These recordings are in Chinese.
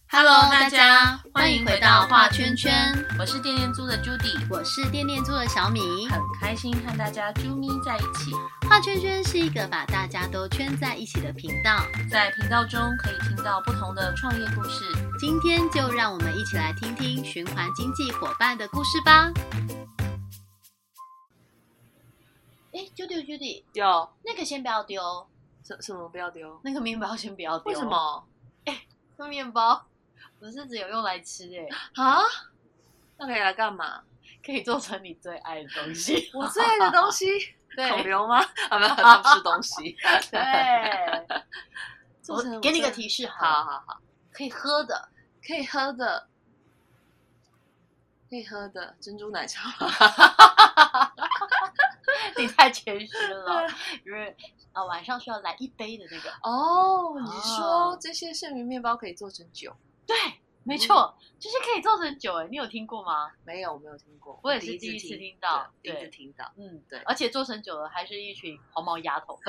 Hello， 大家欢迎回到画圈圈， 我是电念租的 Judy， 我是电念租的小米， 很开心和大家啾咪在一起。 画圈圈是一个把大家都圈在一起的频道， 在频道中可以听到不同的创业故事。 今天就让我们一起来听听循环经济伙伴的故事吧。Judy， 有那个先不要丢， 什么不要丢？ 那个面包先不要丢。 为什么？ 那面包不是只有用来吃啊？那可以来干嘛？ 可以做成你最爱的东西。 我最爱的东西？ 对， 孔刘吗？没有，他不吃东西。 对，我给你个提示， 好， 可以喝的珍珠奶茶。你太谦虚了，就是晚上需要来一杯的那个。 你说这些剩余面包可以做成酒？ 对，没错，就是可以做成酒。你有听过吗？ 没有听过， 我也是第一次听到， 第一次听到。对， 而且做成酒的还是一群黄毛丫头。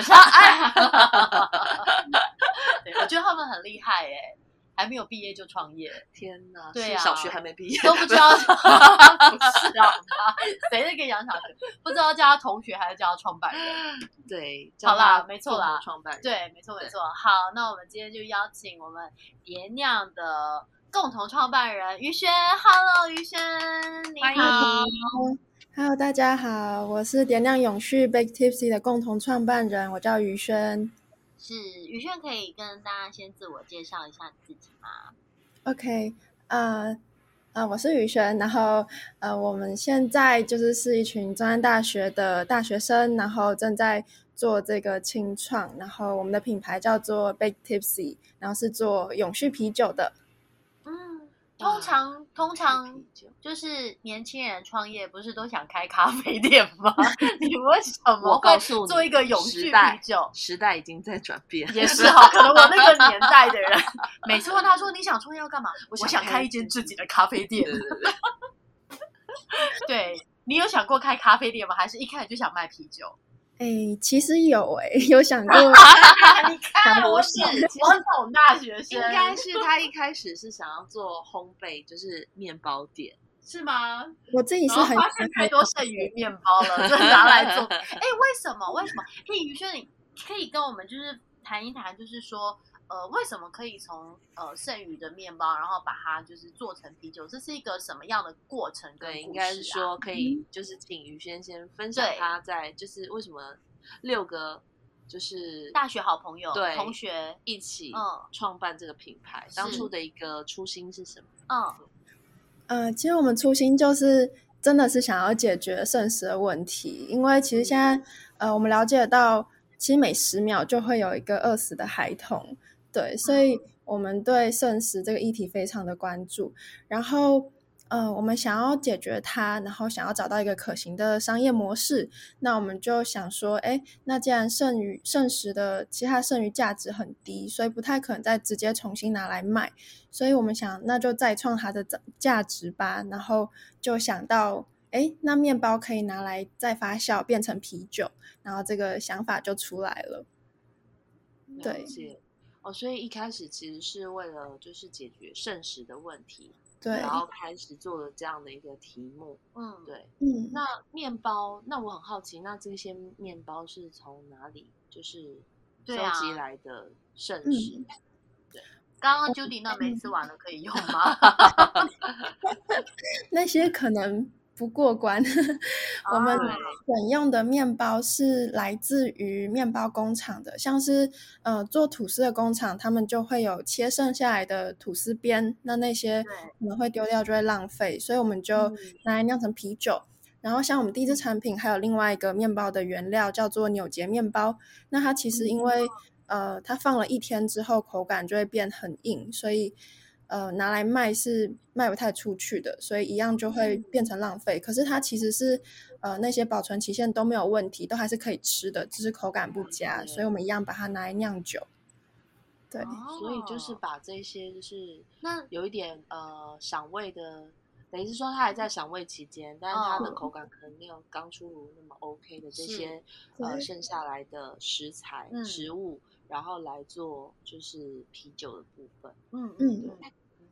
对，我觉得他们很厉害还没有毕业就创业， 天哪！ 对啊， 小学还没毕业都不知道，不是啊？谁在跟你讲小学？不知道叫他同学还是叫他创办人？ 对， 好啦，没错啦， 创办人， 对，没错。好，那我们今天就邀请我们蝶酿的共同创办人于轩。Hello， 于轩，你好。 Hello， 大家好，我是蝶酿永续 Bake Tipsy 的共同创办人，我叫于轩。 是于轩，可以跟大家先自我介绍一下自己吗 ？OK， 我是于轩，然后我们现在是一群中山大学的大学生，然后正在做这个青创，然后我们的品牌叫做 Bake Tipsy， 然后是做永续啤酒的。 通常就是年轻人创业不是都想开咖啡店吗？你为什么会做一个永续啤酒？ 时代已经在转变， 也是可能我那个年代的人，每次问他说你想创业要干嘛？我想开一间自己的咖啡店。对，你有想过开咖啡店吗？还是一开始就想卖啤酒？ 其实有想过。 你看，我懂大学生， 应该是他一开始是想要做烘焙，就是面包店， 是吗？ 我自己是很发现太多剩余面包了，就拿来做。为什么？于轩，你可以跟我们谈一谈，就是说，为什么可以从剩余的面包，然后把它做成啤酒？这是一个什么样的过程跟故事？ 对，应该是说可以请于轩先分享他在为什么6个大学好朋友对同学一起创办这个品牌，当初的一个初心是什么？ 其实我们初心真的是想要解决剩食的问题，因为其实现在我们了解到，其实每10秒就会有一个饿死的孩童，对，所以我们对剩食这个议题非常的关注，然后我们想要解决它，然后想要找到一个可行的商业模式，那我们就想说，那既然剩食的其他剩余价值很低，所以不太可能再直接重新拿来卖，所以我们想那就再创它的价值吧，然后就想到那面包可以拿来再发酵变成啤酒，然后这个想法就出来了。对， 所以一开始其实是为了解决剩食的问题， 对， 然后开始做了这样的一个题目。对，那面包，那我很好奇，那这些面包是从哪里收集来的剩食？ 对，刚刚 Judy 那没吃完了可以用吗？ 那些可能不过关。我们选用的面包是来自于面包工厂的，像是做吐司的工厂，他们就会有切剩下来的吐司边，那些可能会丢掉就会浪费，所以我们就拿来酿成啤酒。然后像我们第一支产品还有另外一个面包的原料叫做纽结面包，那它其实因为它放了1天之后口感就会变很硬，所以拿来卖是卖不太出去的，所以一样就会变成浪费。可是它其实是那些保存期限都没有问题，都还是可以吃的，只是口感不佳，所以我们一样把它拿来酿酒。对， 所以把这些那有一点赏味的，等于是说它还在赏味期间，但是它的口感可能没有刚出炉那么 OK 的这些剩下来的食材食物，然后来做啤酒的部分。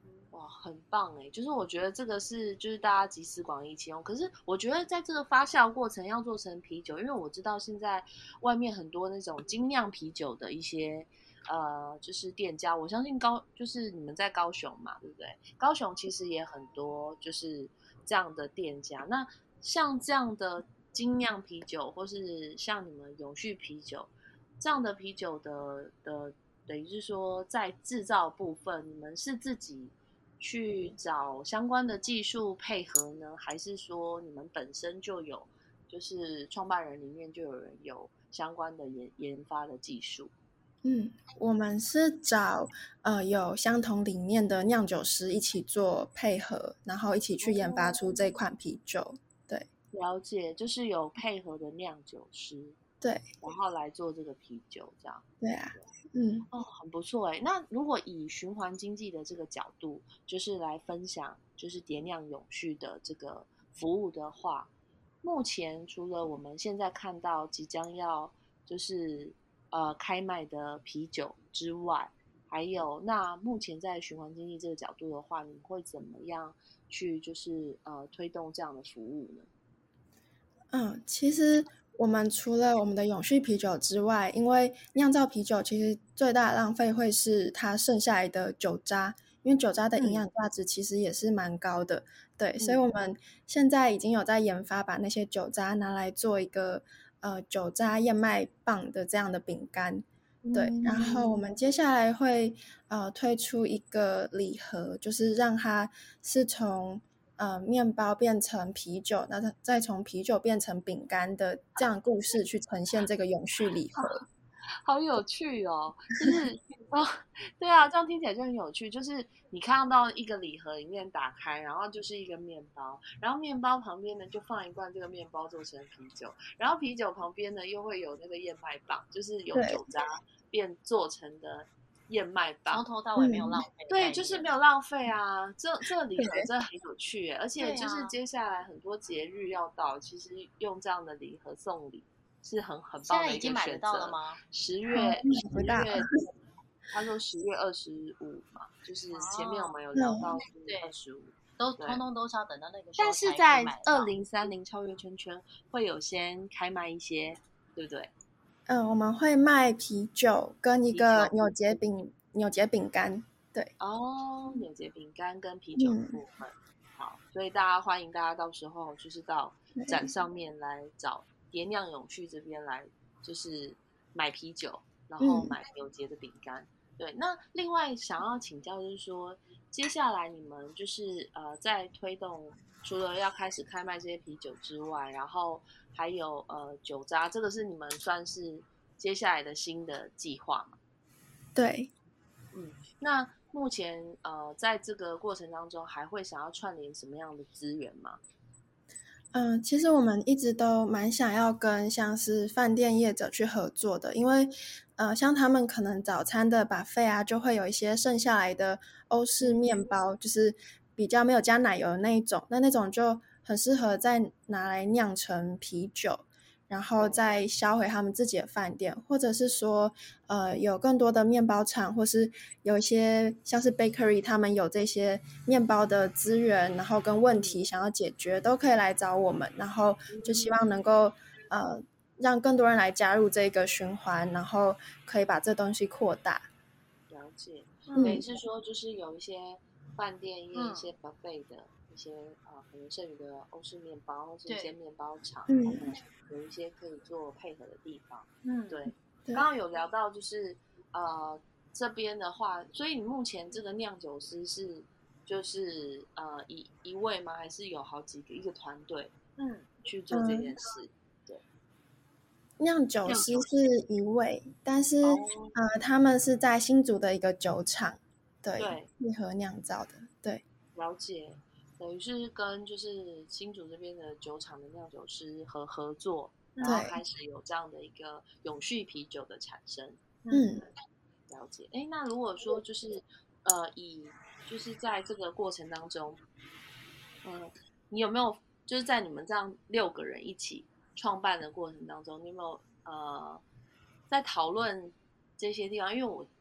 很棒哎！就是我觉得这个是就是大家集思广益其用。可是我觉得在这个发酵过程要做成啤酒，因为我知道现在外面很多那种精酿啤酒的一些就是店家，我相信就是你们在高雄嘛，对不对？高雄其实也很多就是这样的店家。那像这样的精酿啤酒，或是像你们永续啤酒这样的啤酒的等于是说，在制造部分，你们是自己去找相关的技术配合呢，还是说你们本身就有，就是创办人里面就有人有相关的研发的技术？ 我们是找有相同理念的酿酒师一起做配合，然后一起去研发出这款啤酒。对， 了解，就是有配合的酿酒师， 对， 然后来做这个啤酒，这样。 对啊， 很不错哎。那如果以循环经济的这个角度，就是来分享，就是蝶酿永续的这个服务的话，目前除了我们现在看到即将要就是开卖的啤酒之外，还有那目前在循环经济这个角度的话，你会怎么样去就是推动这样的服务呢？ 其实我们除了我们的永续啤酒之外，因为酿造啤酒其实最大的浪费会是它剩下来的酒渣，因为酒渣的营养价值其实也是蛮高的。对，所以我们现在已经有在研发把那些酒渣拿来做一个酒渣燕麦棒的这样的饼干。对，然后我们接下来会推出一个礼盒，就是让它是从面包变成啤酒，那再从啤酒变成饼干的这样故事去呈现这个永续礼盒。 好有趣哦，就是对啊，这样听起来就很有趣。就是你看到一个礼盒里面打开，然后就是一个面包，然后面包旁边呢就放一罐这个面包做成啤酒，然后啤酒旁边呢又会有那个燕麦棒，就是有酒渣变做成的燕麦棒， 从头到尾没有浪费。 对，就是没有浪费啊。这礼盒真的很有趣耶，而且就是接下来很多节日要到，其实用这样的礼盒送礼是很棒的一个选择。现在已经买得到了吗？10月，他说10月25嘛，就是前面我们有聊到是25， 通通都是要等到那个时候。 但是在2030超越圈圈会有先开卖一些，对不对？ 我们会卖啤酒跟一个扭结饼干。对扭结饼干跟啤酒的部分。好，所以欢迎大家到时候就是到展上面来找蝶酿永续这边来，就是买啤酒，然后买扭结的饼干。对，那另外想要请教就是说，接下来你们就是在推动，除了要开始开卖这些啤酒之外，然后还有酒渣，这个是你们算是接下来的新的计划吗？ 对， 那目前在这个过程当中，还会想要串联什么样的资源吗？ 其实我们一直都蛮想要跟像是饭店业者去合作的，因为像他们可能早餐的 buffet 啊，就会有一些剩下来的欧式面包，就是比较没有加奶油的那一种，那种就很适合再拿来酿成啤酒，然后再销回他们自己的饭店，或者是说有更多的面包厂，或是有一些像是 bakery 他们有这些面包的资源，然后跟问题想要解决，都可以来找我们，然后就希望能够让更多人来加入这个循环，然后可以把这东西扩大。 了解，等于是说就是有一些饭店业一些 buffet 的一些可能剩余的欧式面包，或是一些面包厂，有一些可以做配合的地方。对，刚刚有聊到就是这边的话，所以你目前这个酿酒师是就是一位吗？还是有好几个一个团队去做这件事？对， 酿酒师是一位，但是他们是在新竹的一个酒厂，对，配合酿造的，对， 了解。等于是跟就是新竹这边的酒厂的酿酒师合作，然后开始有这样的一个永续啤酒的产生。了解。那如果说就是就是在这个过程当中，你有没有就是在你们这样6个人一起创办的过程当中，你有没有在讨论这些地方？因为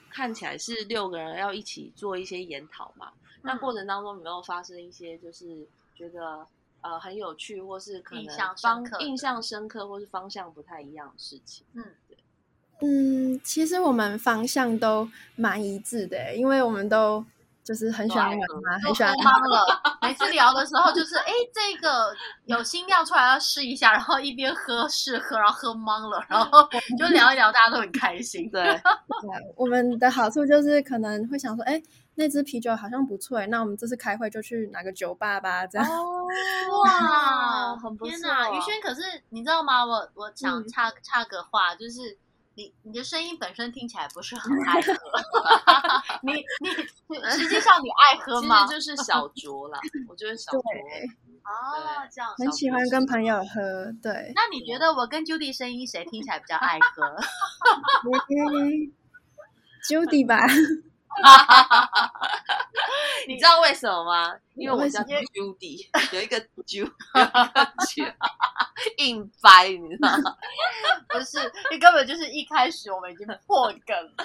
看起来是6个人要一起做一些研讨嘛，那过程当中有没有发生一些就是觉得很有趣，或是可能印象深刻或是方向不太一样的事情？ 其实我们方向都蛮一致的，因为我们都就是很喜欢玩嘛，很喜欢忙了。每次聊的时候就是，这个有新料出来要试一下，然后一边试喝，然后喝懵了，然后就聊一聊，大家都很开心。 对， 我们的好处就是可能会想说，那支啤酒好像不错，那我们这次开会就去哪个酒吧吧，这样。 哇， 很不错。 天哪，于轩，可是你知道吗？我想插个话，就是你的声音本身听起来不是很爱喝，你实际上你爱喝吗？ 其实就是小酌啦，我觉得小酌。 这样很喜欢跟朋友喝。对， 那你觉得我跟 Judy 声音谁听起来比较爱喝 ？Judy 吧。 你知道为什么吗？因为我叫 Judy， 有一个 Ju， 硬掰，你知道吗？ 不是，你根本就是一开始我们已经破梗了。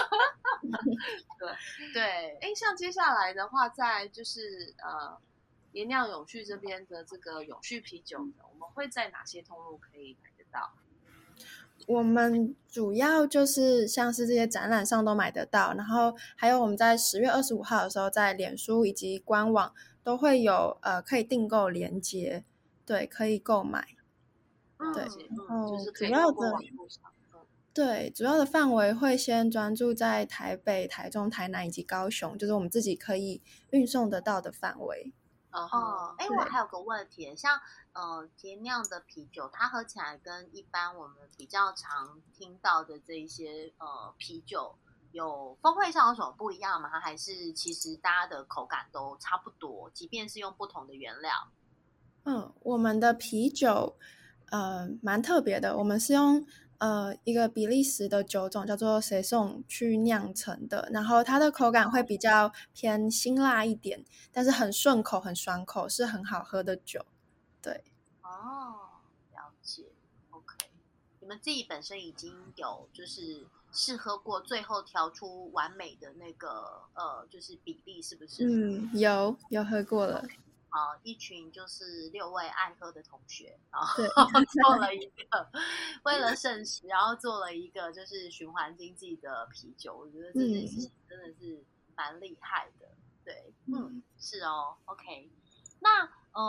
对，像接下来的话，在就是颜酿永续这边的这个永续啤酒呢，我们会在哪些通路可以买得到？ 我们主要就是像是这些展览上都买得到，然后还有我们在10月25号的时候，在脸书以及官网都会有可以订购连结，对，可以购买。对，然后主要的对主要的范围会先专注在台北、台中、台南以及高雄，就是我们自己可以运送得到的范围。 我还有个问题，像节酿的啤酒，它喝起来跟一般我们比较常听到的这一些啤酒，有风味上有什么不一样吗？还是其实大家的口感都差不多，即便是用不同的原料？ 我们的啤酒蛮特别的，我们是用一个比利时的酒种叫做塞颂去酿成的，然后它的口感会比较偏辛辣一点，但是很顺口很爽口，是很好喝的酒。对， 了解。 OK， 你们自己本身已经有就是试喝过，最后调出完美的那个就是比例，是不是？ 有喝过了。 一群就是6位爱喝的同学，然后做了一个为了盛世，然后做了一个就是循环经济的啤酒，我觉得这件事情真的是蛮厉害的。对，是哦。 OK， 那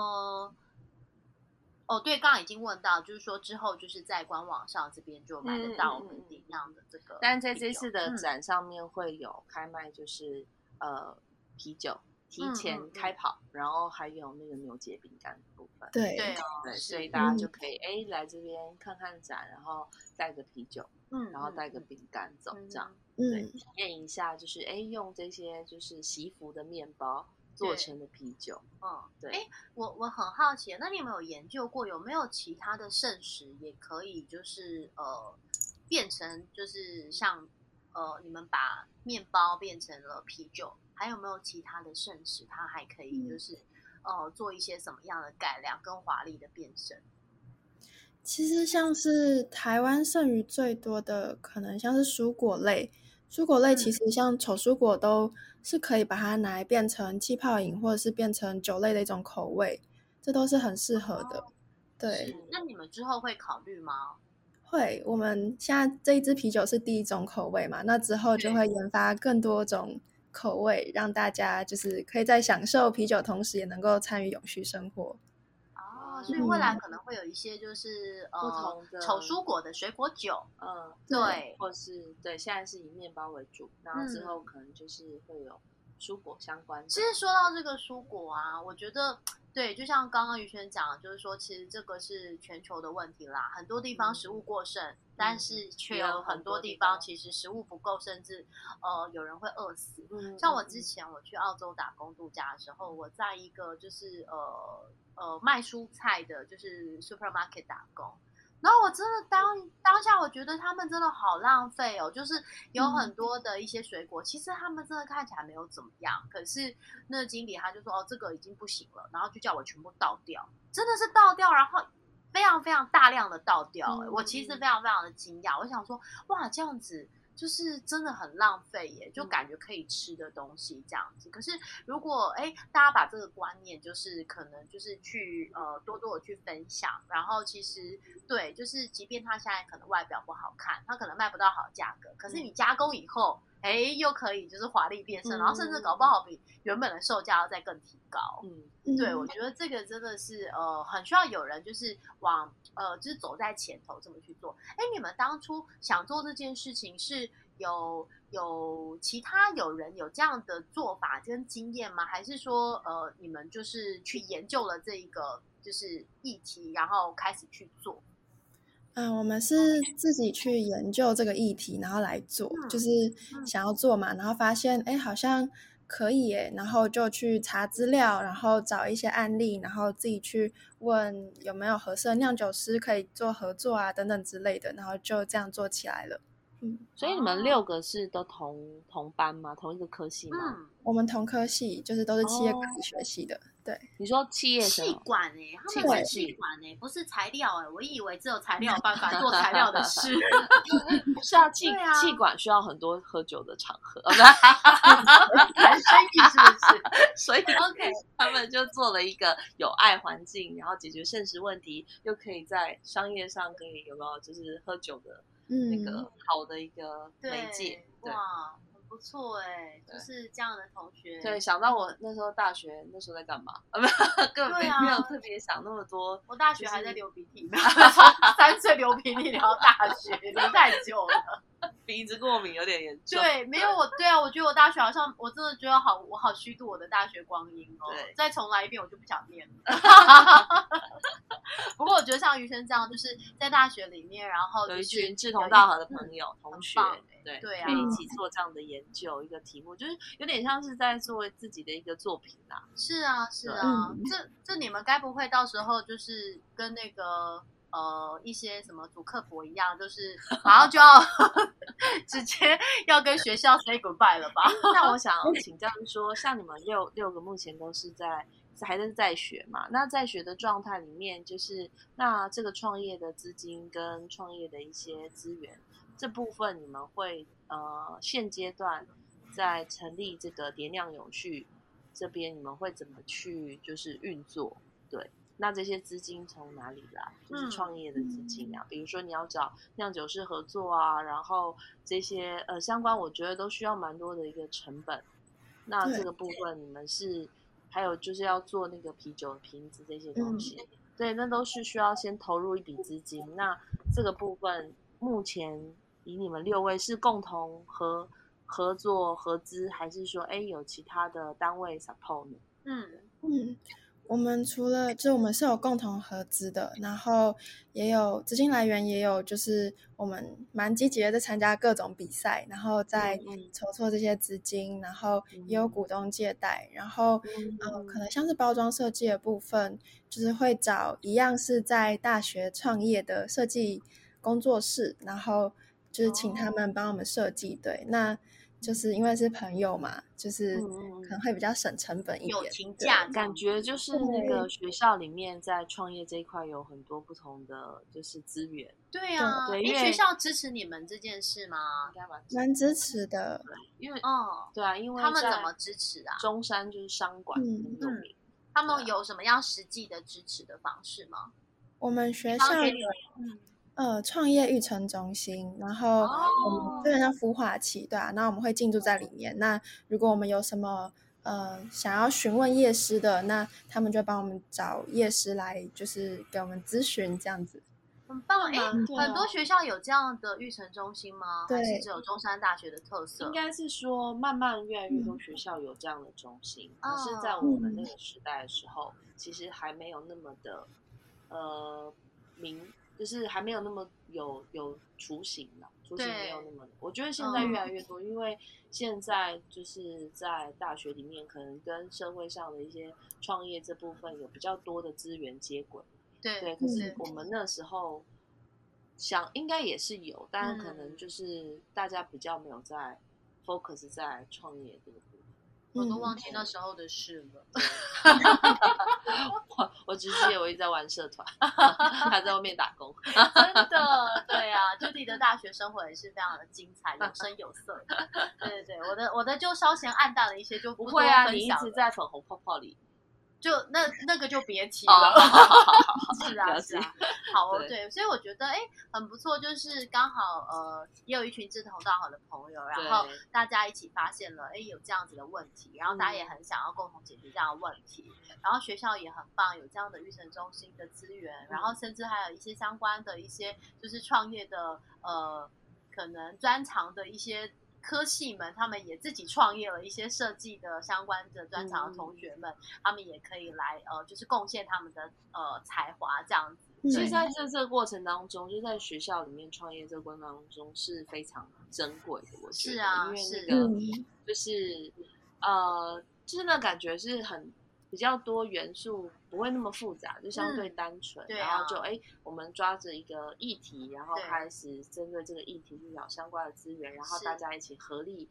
对，刚刚已经问到，就是说之后就是在官网上这边就买得到我们点样的这个， 但在这次的展上面会有开卖，就是啤酒提前开跑，然后还有那个牛结饼干的部分。 对， 所以大家就可以来这边看看展，然后带个啤酒，然后带个饼干走，这样对，体验一下，就是用这些就是习服的面包做成的啤酒。对。 我很好奇，那你有没有研究过，有没有其他的剩食也可以就是变成就是像你们把面包变成了啤酒，还有没有其他的剩食它还可以就是做一些什么样的改良跟华丽的变身？ 其实像是台湾剩余最多的可能像是蔬果类其实像丑蔬果都是可以把它拿来变成气泡饮或者是变成酒类的一种口味，这都是很适合的。对， 那你们之后会考虑吗？ 会，我们现在这一支啤酒是第一种口味嘛，那之后就会研发更多种口味，让大家就是可以在享受啤酒同时也能够参与永续生活。 所以未来可能会有一些就是不同的丑蔬果的水果酒， 对，或是对，现在是以面包为主，然后之后可能就是会有蔬果相关的。 其实说到这个蔬果啊，我觉得对，就像刚刚于轩讲，就是说其实这个是全球的问题啦，很多地方食物过剩，但是却有很多地方其实食物不够，甚至有人会饿死。像我之前我去澳洲打工度假的时候，我在一个就是卖蔬菜的，就是 supermarket 打工。然后我真的当下我觉得他们真的好浪费哦，就是有很多的一些水果，其实他们真的看起来没有怎么样，可是那个经理他就说这个已经不行了，然后就叫我全部倒掉，真的是倒掉，然后非常非常大量的倒掉。我其实非常非常的惊讶，我想说哇，这样子就是真的很浪费耶，就感觉可以吃的东西这样子。可是如果大家把这个观念就是可能就是去多多的去分享，然后其实对，就是即便它现在可能外表不好看，它可能卖不到好的价格，可是你加工以后又可以就是华丽变身，然后甚至搞不好比原本的售价要再更提高。对，我觉得这个真的是很需要有人就是往就是走在前头这么去做。你们当初想做这件事情是有其他有人有这样的做法跟经验吗？还是说你们就是去研究了这一个就是议题，然后开始去做？ 我们是自己去研究这个议题，然后来做，就是想要做嘛，然后发现好像可以耶，然后就去查资料，然后找一些案例，然后自己去问有没有合适的酿酒师可以做合作啊等等之类的，然后就这样做起来了。 所以你们6个是都同班吗？同一个科系吗？ 我们同科系，就是都是企业管理学系的。对， 你说企业气管他们是气管不是材料我以为只有材料有办法做材料的事。 是啊，气管需要很多喝酒的场合， 谈生意是不是？ 所以 OK， 他们就做了一个有爱环境，然后解决剩食问题，又可以在商业上可以有没有就是喝酒的那个好的一个媒介。 哇，很不错就是这样的同学。 对，想到我那时候大学那时候在干嘛？根本没有特别想那么多。 我大学还在流鼻涕，3岁流鼻涕聊到大学，流太久了。 鼻子过敏有点严重。 对，没有我觉得我大学好像我真的觉得我好虚度我的大学光阴对，再重来一遍我就不想念了。不过我觉得像于轩这样，就是在大学里面，然后有一群志同道合的朋友、同学， 对啊， 可以一起做这样的研究，一个题目，就是有点像是在做自己的一个作品啦。 是啊，这你们该不会到时候就是跟那个一些什么主课博一样，就是马上就要直接要跟学校 say goodbye 了吧？ 那我想请教说，像你们六个目前都是还是在学嘛？那在学的状态里面，就是那这个创业的资金跟创业的一些资源这部分，你们会现阶段在成立这个蝶酿永续这边，你们会怎么去就是运作？对。那这些资金从哪里来？就是创业的资金啊，比如说你要找酿酒师合作啊，然后这些相关，我觉得都需要蛮多的一个成本。那这个部分你们是还有就是要做那个啤酒的瓶子这些东西，对，那都是需要先投入一笔资金。那这个部分目前以你们6位是共同合作合资，还是说有其他的单位 support 呢？ 我们除了我们是有共同合资的，然后也有资金来源，也有就是我们蛮积极的在参加各种比赛，然后在筹措这些资金，然后也有股东借贷，然后可能像是包装设计的部分，就是会找一样是在大学创业的设计工作室，然后就是请他们帮我们设计。对，那就是因为是朋友嘛，就是可能会比较省成本一点， 友情价感觉就是那个学校里面在创业这一块有很多不同的就是资源。 对啊，因为学校支持你们这件事吗？ 蛮支持的， 因为对啊，因为他们怎么支持啊？ 中山就是商管很有名， 他们有什么样实际的支持的方式吗？ 我们学校创业育成中心，然后我们基本上孵化器，对啊，那我们会进驻在里面。那如果我们有什么想要询问业师的，那他们就帮我们找业师来，就是给我们咨询这样子。 很棒很多学校有这样的育成中心吗？还是只有中山大学的特色？ 应该是说慢慢越来越多学校有这样的中心，可是在我们那个时代的时候，其实还没有那么的就是还没有那么有雏形了，雏形没有那么。我觉得现在越来越多，因为现在就是在大学里面，可能跟社会上的一些创业这部分有比较多的资源接轨。对，可是我们那时候想应该也是有，但是可能就是大家比较没有在 focus 在创业这个部分。 我都忘记那时候的事了。 我只记得我一直在玩社团，还在外面打工。 真的，对啊，Judy 的大学生活也是非常的精彩，有声有色的。对对对，我的就稍显暗淡了一些，就不会啊，你一直在粉红泡泡里。 就那个就别提了。是啊是啊，好对，所以我觉得很不错，就是刚好也有一群志同道合的朋友，然后大家一起发现了有这样子的问题，然后大家也很想要共同解决这样的问题，然后学校也很棒，有这样的育成中心的资源，然后甚至还有一些相关的一些就是创业的可能专长的一些科系们，他们也自己创业了一些设计的相关的专长的同学们，他们也可以来就是贡献他们的才华这样子。 其实在这个过程当中，就在学校里面创业这个过程当中是非常珍贵的，我觉得。是啊，因为那个就是就是那感觉是很比较多元素，不会那么复杂，就相对单纯。然后就我们抓着一个议题，然后开始针对这个议题去找相关的资源，然后大家一起合力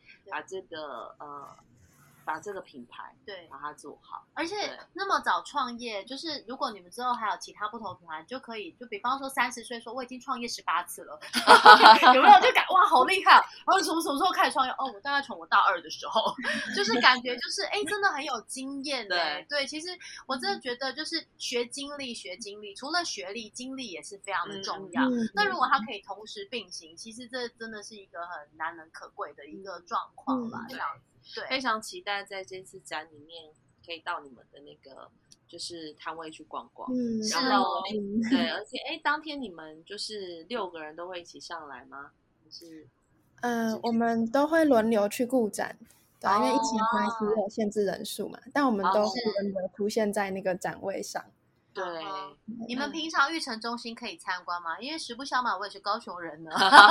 把这个品牌把它做好。 而且那么早创业，就是如果你们之后还有其他不同的品牌，就可以就比方说30岁说我已经创业18次了，有没有就感哇好厉害，然后什么时候开始创业？我大概从我大2的时候，就是感觉就是真的很有经验对，其实我真的觉得就是学经历，除了学历，经历也是非常的重要。那如果它可以同时并行，其实这真的是一个很难能可贵的一个状况啦，这样子。对， 非常期待在这次展里面可以到你们的那个就是摊位去逛逛。然后对，而且当天你们就是6个人都会一起上来吗？ 我们都会轮流去顾展，对，因为疫情关系有限制人数嘛，但我们都会轮流出现在那个展位上。 对， 你们平常育成中心可以参观吗？因为实不相瞒，我也是高雄人呢。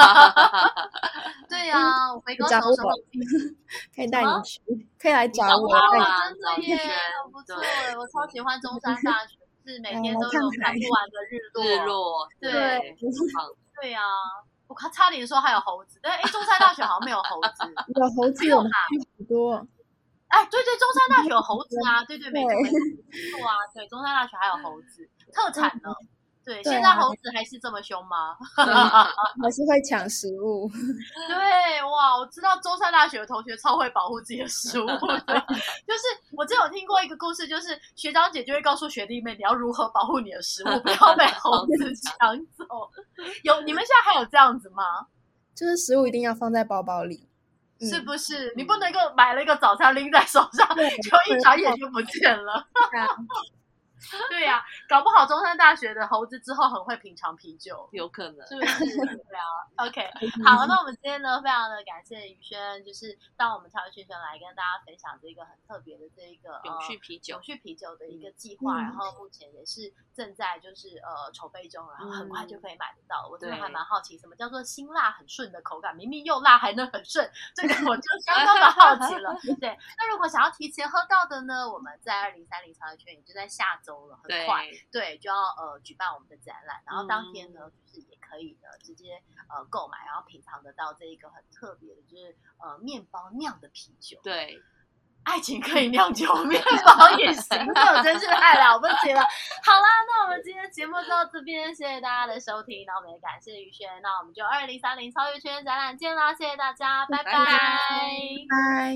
对啊，我回高雄的时候可以带你去，可以来找我。 真的耶，很不错耶，我超喜欢中山大学，是每天都有看不完的日落。对啊，我差点说还有猴子，但中山大学好像没有猴子。 有猴子有很多。 对，中山大学有猴子啊，对，没错啊，对，中山大学还有猴子特产呢。对，现在猴子还是这么凶吗？ 还是会抢食物。 对，哇，我知道中山大学的同学超会保护自己的食物的，就是我之前有听过一个故事，就是学长姐就会告诉学弟妹你要如何保护你的食物，不要被猴子抢走。你们现在还有这样子吗？ 就是食物一定要放在包包里。 是不是？你不能够买了一个早餐拎在手上，就一眨眼就不见了。对呀，搞不好中山大学的猴子之后很会品尝啤酒， 有可能， 是不是？对啊。OK， 好，那我们今天呢，非常的感谢宇轩，就是到我们超级学生来跟大家分享这个很特别的这一个永续啤酒的一个计划，然后目前也是正在就是筹备中，然后很快就可以买得到。我真的还蛮好奇，什么叫做辛辣很顺的口感？明明又辣还能很顺，这个我就相当的好奇了。对，那如果想要提前喝到的呢，我们在2030超级圈也就在下周了，很快，对，就要举办我们的展览，然后当天呢，就是也可以呢直接购买，然后品尝得到这一个很特别的，就是面包酿的啤酒。 对， 爱情可以酿酒，面包也行，这真是太了不起了。好啦，那我们今天节目就到这边，谢谢大家的收听，那我们也感谢宇轩，那我们就2030超越圈展览见啦，谢谢大家，拜拜， 拜。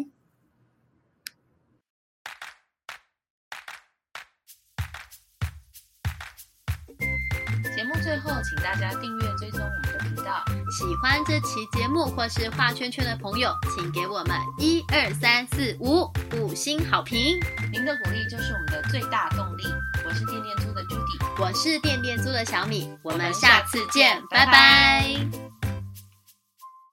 节目最后，请大家订阅追踪我们的频道。 喜欢这期节目或是画圈圈的朋友，请给我们1、2、3、4、5星好评。 您的鼓励就是我们的最大动力。我是电电猪的 Judy， 我是电电猪的小米，我们下次见，拜拜。